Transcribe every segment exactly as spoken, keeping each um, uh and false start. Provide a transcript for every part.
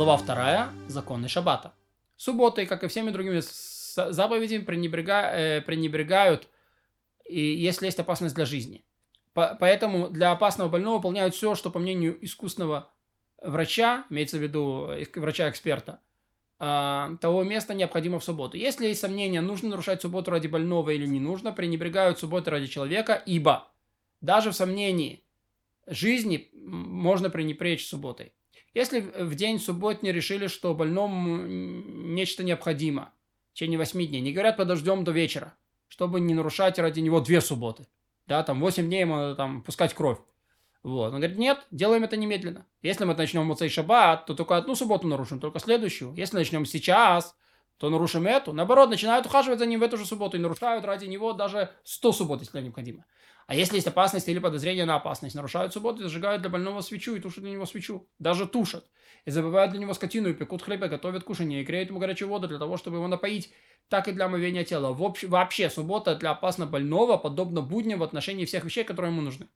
Глава вторая. Законы Шаббата. Субботой, как и всеми другими с- заповедями, пренебрега- э, пренебрегают, и если есть опасность для жизни. По- поэтому для опасного больного выполняют все, что, по мнению искусного врача, имеется в виду э, врача-эксперта, а, того места необходимо в субботу. Если есть сомнения, нужно нарушать субботу ради больного или не нужно, пренебрегают субботой ради человека, ибо даже в сомнении жизни м, можно пренебречь субботой. Если в в день субботний решили, что больному м, нечто необходимо в течение восьми дней, не говорят, подождем до вечера, чтобы не нарушать ради него две субботы. Да, там восемь дней ему надо там пускать кровь. Вот. Он говорит, нет, делаем это немедленно. Если мы начнем Моцей Шаббат, то только одну субботу нарушим, только следующую. Если начнем сейчас, то нарушим эту. Наоборот, начинают ухаживать за ним в эту же субботу и нарушают ради него даже сто суббот, если необходимо. А если есть опасность или подозрение на опасность, нарушают субботу, и зажигают для больного свечу и тушат для него свечу. Даже тушат. И забывают для него скотину, и пекут хлеб, и готовят кушанье, и греют ему горячую воду для того, чтобы его напоить, так и для омовения тела. В общ... Вообще, суббота для опасно больного подобно будням в отношении всех вещей, которые ему нужны.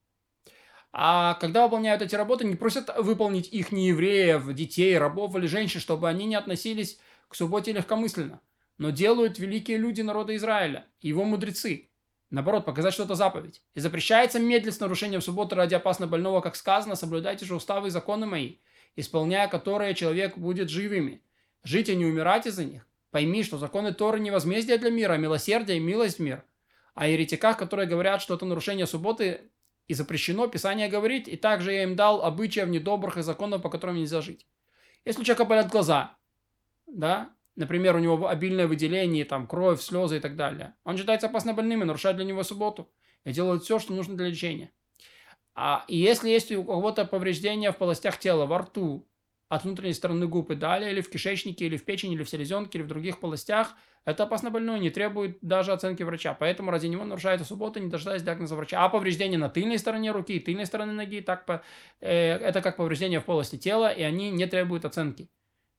А когда выполняют эти работы, не просят выполнить их не евреев, детей, рабов или женщин, чтобы они не относились к субботе легкомысленно. Но делают великие люди народа Израиля и его мудрецы. Наоборот, показать, что это заповедь. И запрещается медлить с нарушением субботы ради опасно больного, как сказано, соблюдайте же уставы и законы мои, исполняя которые человек будет живыми. Жить и не умирать из-за них. Пойми, что законы Торы не возмездие для мира, а милосердие и милость в мир. О еретиках, которые говорят, что это нарушение субботы и запрещено, Писание говорит, и также я им дал обычаев недобрых и законов, по которым нельзя жить. Если у человека болят глаза, да, например, у него обильное выделение, там, кровь, слезы и так далее, он считается опасно больным и нарушает для него субботу. И делает все, что нужно для лечения. А и если есть у кого-то повреждения в полостях тела, во рту, от внутренней стороны губ и далее, или в кишечнике, или в печени, или в селезенке, или в других полостях, это опасно больной, не требует даже оценки врача. Поэтому ради него нарушается суббота, не дожидаясь диагноза врача. А повреждения на тыльной стороне руки и тыльной стороны ноги, так по, э, это как повреждения в полости тела, и они не требуют оценки.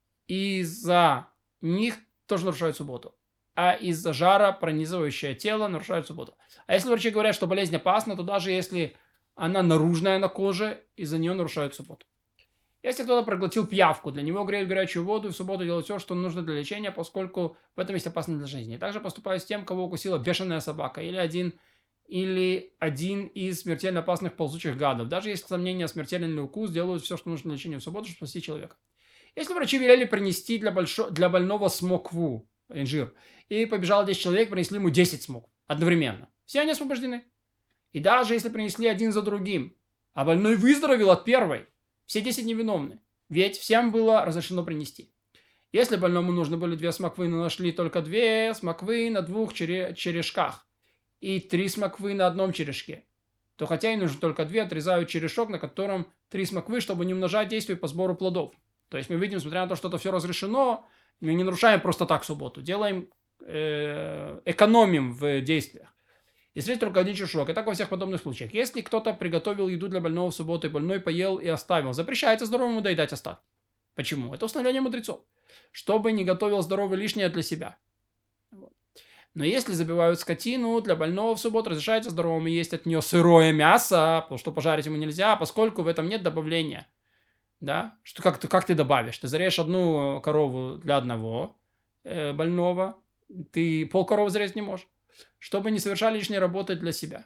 Из-за них тоже нарушают субботу. А из-за жара, пронизывающее тело, нарушают субботу. А если врачи говорят, что болезнь опасна, то даже если она наружная на коже, из-за нее нарушают субботу. Если кто-то проглотил пиявку, для него греют горячую воду и в субботу делают все, что нужно для лечения, поскольку в этом есть опасность для жизни. И также поступают с тем, кого укусила бешеная собака или один, или один из смертельно опасных ползучих гадов. Даже если сомнения смертельный ли укус, делают все, что нужно для лечения в субботу, чтобы спасти человека. Если врачи велели принести для, большо, для больного смокву, инжир, и побежало десять человек, принесли ему десять смокв одновременно, все они освобождены. И даже если принесли один за другим, а больной выздоровел от первой, все десять невиновны, ведь всем было разрешено принести. Если больному нужны были две смоквы, но нашли только две смоквы на двух чере- черешках и три смоквы на одном черешке, то хотя и нужно только две, отрезают черешок, на котором три смоквы, чтобы не умножать действия по сбору плодов. То есть мы видим, несмотря на то, что это все разрешено, мы не нарушаем просто так субботу, делаем, э, экономим в действиях. И встретить только один черешок. И так во всех подобных случаях. Если кто-то приготовил еду для больного в субботу, и больной поел и оставил, запрещается здоровому доедать остатки. Почему? Это установление мудрецов. Чтобы не готовил здоровый лишнее для себя. Вот. Но если забивают скотину, для больного в субботу разрешается здоровому есть от нее сырое мясо, потому что пожарить ему нельзя, поскольку в этом нет добавления. Да? Что, как, ты, как ты добавишь? Ты зарежешь одну корову для одного э, больного, ты полкоровы зарезать не можешь, чтобы не совершали лишней работы для себя.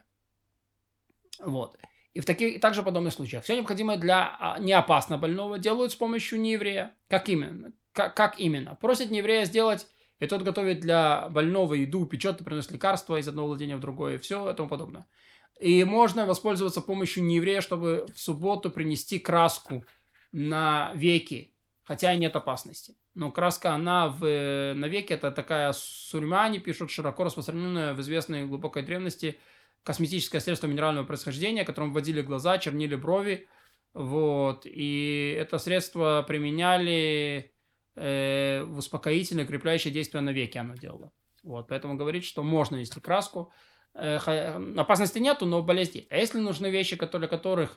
Вот. И в таких, и также в подобных случаях. Все необходимое для неопасно больного делают с помощью нееврея. Как именно? Как, как именно? Просят нееврея сделать, и тот готовит для больного еду, печет и приносит лекарства из одного владения в другое, и все и тому подобное. И можно воспользоваться помощью нееврея, чтобы в субботу принести краску на веки, хотя и нет опасности. Но краска, она в, на веке, это такая сурьма, они пишут, широко распространенная в известной глубокой древности косметическое средство минерального происхождения, которым вводили глаза, чернили брови. Вот. И это средство применяли э, в успокоительное, укрепляющее действие на веки оно делало. Вот. Поэтому говорит, что можно нести краску. Э, опасности нету, но болезнь есть. А если нужны вещи, которые, которых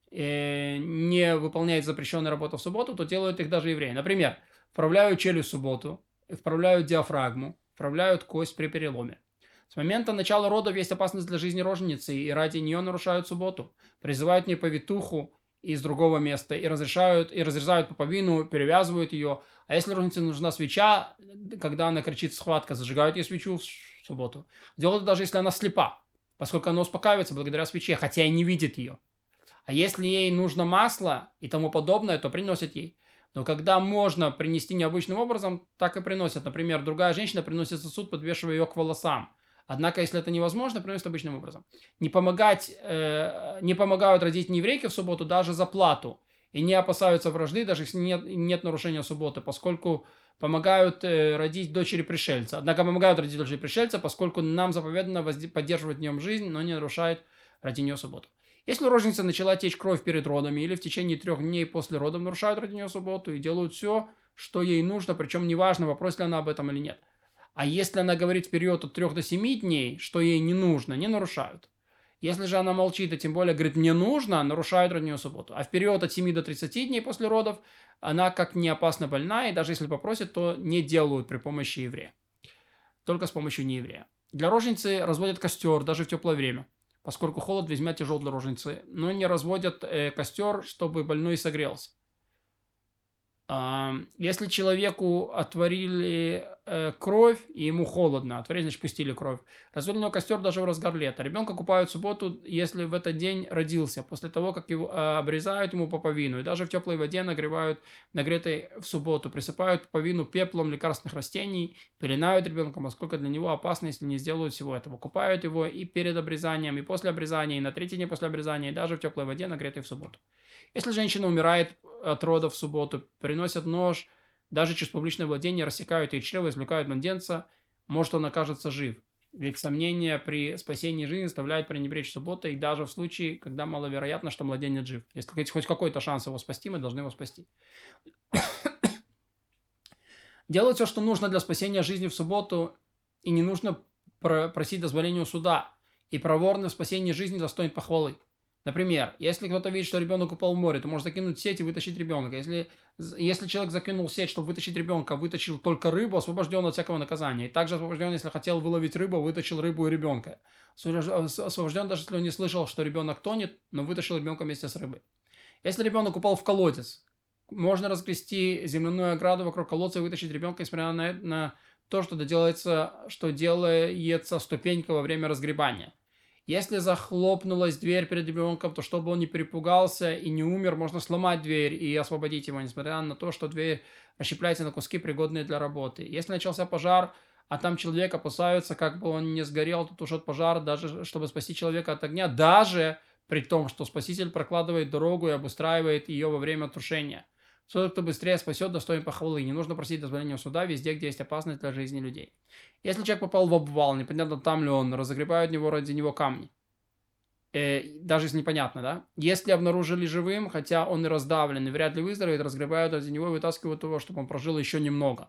не выполняет запрещенную работу в субботу, то делают их даже евреи. Например, вправляют челюсть в субботу, вправляют диафрагму, вправляют кость при переломе. С момента начала родов есть опасность для жизни роженицы, и ради нее нарушают субботу. Призывают не повитуху из другого места и разрешают, и разрезают пуповину, перевязывают ее. А если роженице нужна свеча, когда она кричит схватка, зажигают ей свечу в субботу. Делают даже если она слепа, поскольку она успокаивается благодаря свече, хотя и не видит ее. А если ей нужно масло и тому подобное, то приносят ей. Но когда можно принести необычным образом, так и приносят. Например, другая женщина приносит сосуд, подвешивая ее к волосам. Однако, если это невозможно, приносят обычным образом. Не, помогать, э, не помогают родить нееврейки в субботу даже за плату. И не опасаются вражды, даже если нет, нет нарушения субботы, поскольку помогают э, родить дочери пришельца. Однако помогают родить дочери пришельца, поскольку нам заповедано поддерживать в нем жизнь, но не нарушает ради нее субботу. Если у роженицы начала течь кровь перед родами или в течение трех дней после родов, нарушают ради нее субботу и делают все, что ей нужно, причем неважно, вопрос ли она об этом или нет. А если она говорит в период от трех до семи дней, что ей не нужно, не нарушают. Если же она молчит, и тем более говорит «мне нужно», нарушают ради нее субботу. А в период от семи до тридцати дней после родов она как не опасно больна, и даже если попросит, то не делают при помощи еврея. Только с помощью нееврея. Для роженицы разводят костер даже в теплое время, поскольку холод весьма тяжел для роженицы, но не разводят э, костер, чтобы больной согрелся. А, если человеку отварили э, кровь, и ему холодно, отварили, значит, пустили кровь, развели на него костер даже в разгар лета. Ребенка купают в субботу, если в этот день родился, после того, как его э, обрезают ему пуповину, и даже в теплой воде нагревают, нагретой в субботу, присыпают пуповину пеплом лекарственных растений, пеленают ребенка, поскольку для него опасно, если не сделают всего этого. Купают его и перед обрезанием, и после обрезания, и на третий день после обрезания, и даже в теплой воде, нагретой в субботу. Если женщина умирает от родов в субботу, приносят нож, даже через публичное владение рассекают ей чрево, извлекают младенца, может он окажется жив. Ведь сомнения при спасении жизни заставляют пренебречь субботой, даже в случае, когда маловероятно, что младенец жив. Если есть хоть какой-то шанс его спасти, мы должны его спасти. Делать все, что нужно для спасения жизни в субботу, и не нужно просить дозволения у суда. И проворно в спасении жизни достоин похвалы. Например, если кто-то видит, что ребенок упал в море, то может закинуть сеть и вытащить ребенка. Если, если человек закинул сеть, чтобы вытащить ребенка, вытащил только рыбу, освобожден от всякого наказания. И также освобожден, если хотел выловить рыбу, вытащил рыбу и ребенка. Освобожден, даже если он не слышал, что ребенок тонет, но вытащил ребенка вместе с рыбой. Если ребенок упал в колодец, можно разгрести земляную ограду вокруг колодца и вытащить ребенка, несмотря на, на то, что делается, что делается ступенька во время разгребания. Если захлопнулась дверь перед ребенком, то чтобы он не перепугался и не умер, можно сломать дверь и освободить его, несмотря на то, что дверь расщепляется на куски, пригодные для работы. Если начался пожар, а там человек опасается, как бы он не сгорел, то тушат пожар, даже чтобы спасти человека от огня, даже при том, что Спаситель прокладывает дорогу и обустраивает ее во время тушения. Тот, кто быстрее спасет, достоин похвалы. Не нужно просить дозволения у суда везде, где есть опасность для жизни людей. Если человек попал в обвал, непонятно, там ли он, разогребают него ради него камни. Э, даже если непонятно, да? Если обнаружили живым, хотя он и раздавлен, и вряд ли выздоровеет, разгребают ради него и вытаскивают его, чтобы он прожил еще немного.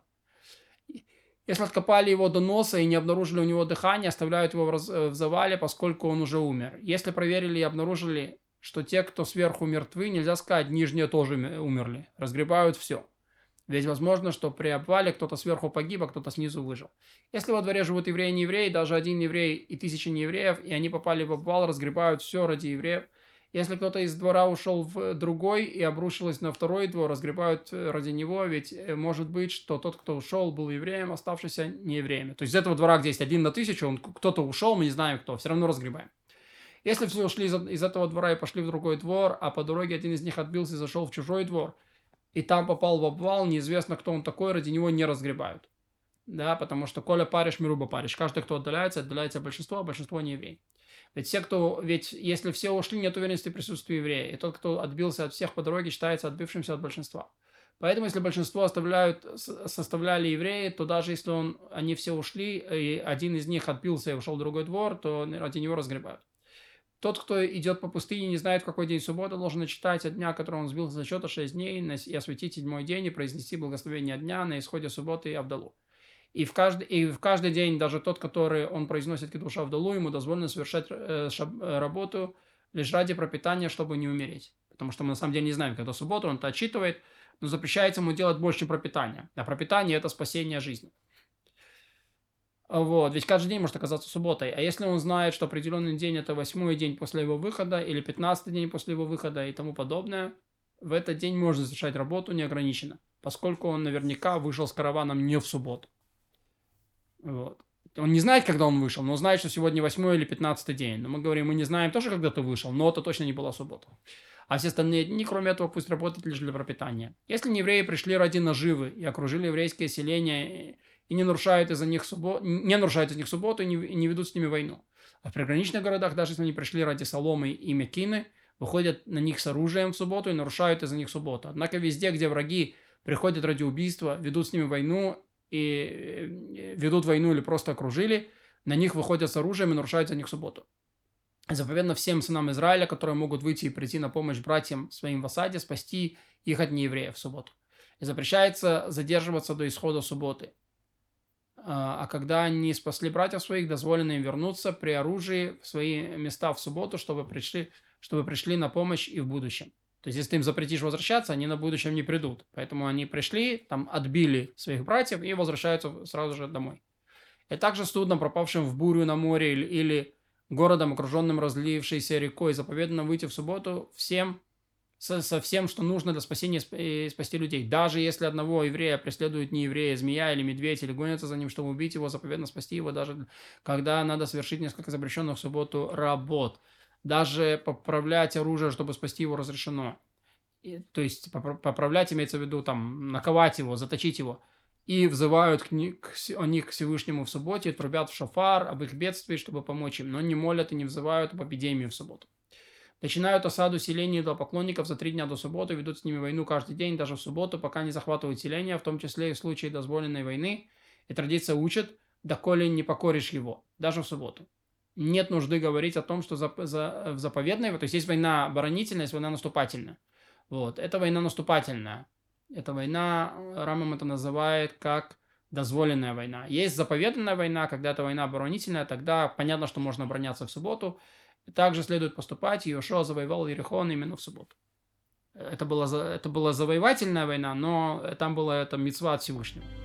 Если откопали его до носа и не обнаружили у него дыхания, оставляют его в, раз, в завале, поскольку он уже умер. Если проверили и обнаружили, что те, кто сверху мертвы, нельзя сказать, нижние тоже умерли. Разгребают все. Ведь возможно, что при обвале кто-то сверху погиб, а кто-то снизу выжил. Если во дворе живут евреи и неевреи, даже один еврей и тысячи неевреев, и они попали в обвал, разгребают все ради евреев. Если кто-то из двора ушел в другой и обрушилось на второй двор, разгребают ради него, ведь может быть, что тот, кто ушел, был евреем, оставшийся неевреем. То есть из этого двора, где есть один на тысячу, он, кто-то ушел, мы не знаем кто, все равно разгребаем. Если все ушли из, из этого двора и пошли в другой двор, а по дороге один из них отбился и зашел в чужой двор, и там попал в обвал, неизвестно, кто он такой, ради него не разгребают. Да, потому что коля паришь, мируба паришь. Каждый, кто отдаляется, отдаляется большинство, а большинство не евреи. Ведь все, кто, ведь если все ушли, нет уверенности в присутствии еврея. И тот, кто отбился от всех по дороге, считается отбившимся от большинства. Поэтому, если большинство оставляют, составляли евреи, то даже если он, они все ушли, и один из них отбился и ушел в другой двор, то ради него разгребают. Тот, кто идет по пустыне, не знает, в какой день субботы, должен начитать от дня, который он сбился за счета, шесть дней, и осветить седьмой день, и произнести благословение дня на исходе субботы и Авдалу. И в, каждый, и в каждый день, даже тот, который он произносит кидуш Авдалу, ему дозволено совершать э, шаб, э, работу лишь ради пропитания, чтобы не умереть. Потому что мы на самом деле не знаем, когда суббота, он это отчитывает, но запрещается ему делать больше пропитания. А пропитание – это спасение жизни. Вот, ведь каждый день может оказаться субботой. А если он знает, что определенный день – это восьмой день после его выхода или пятнадцатый день после его выхода и тому подобное, в этот день можно совершать работу неограниченно, поскольку он наверняка вышел с караваном не в субботу. Вот. Он не знает, когда он вышел, но знает, что сегодня восьмой или пятнадцатый день. Но мы говорим, мы не знаем тоже, когда ты вышел, но это точно не была суббота. А все остальные дни, кроме этого, пусть работают лишь для пропитания. Если не евреи пришли ради наживы и окружили еврейские селения и не нарушают из-за них субботу, не нарушают из них субботу и не, и не ведут с ними войну. А в приграничных городах, даже если они пришли ради соломы и мекины, выходят на них с оружием в субботу и нарушают из-за них субботу. Однако везде, где враги приходят ради убийства, ведут с ними войну и ведут войну или просто окружили, на них выходят с оружием и нарушают за них субботу. Заповедно всем сынам Израиля, которые могут выйти и прийти на помощь братьям своим в осаде, спасти их от неевреев в субботу. И запрещается задерживаться до исхода субботы. А когда они спасли братьев своих, дозволено им вернуться при оружии в свои места в субботу, чтобы пришли, чтобы пришли на помощь и в будущем. То есть, если ты им запретишь возвращаться, они на будущем не придут. Поэтому они пришли, там отбили своих братьев и возвращаются сразу же домой. И также судном, пропавшим в бурю на море или, или городом, окруженным разлившейся рекой, заповедано выйти в субботу всем, со, со всем, что нужно для спасения и спасти людей. Даже если одного еврея преследует не еврея, змея или медведь, или гонятся за ним, чтобы убить его, заповедно спасти его, даже когда надо совершить несколько запрещенных в субботу работ. Даже поправлять оружие, чтобы спасти его, разрешено. И, то есть поправлять имеется в виду там наковать его, заточить его. И взывают к, к, они к Всевышнему в субботе, трубят в шофар об их бедствии, чтобы помочь им, но не молят и не взывают об эпидемии в субботу. Начинают осаду селений до поклонников за три дня до субботы, ведут с ними войну каждый день, даже в субботу, пока не захватывают селения, в том числе и в случае дозволенной войны. И традиция учит, доколе не покоришь его, даже в субботу. Нет нужды говорить о том, что за, за, в заповедной, то есть есть война оборонительная, есть война наступательная. Вот, это война наступательная. Эта война, Рамбам это называет как дозволенная война. Есть заповедная война, когда это война оборонительная, тогда понятно, что можно обороняться в субботу. Также следует поступать. Иошуа завоевал Иерихон именно в субботу. Это была, это была завоевательная война, но там была это мицва от Всевышнего.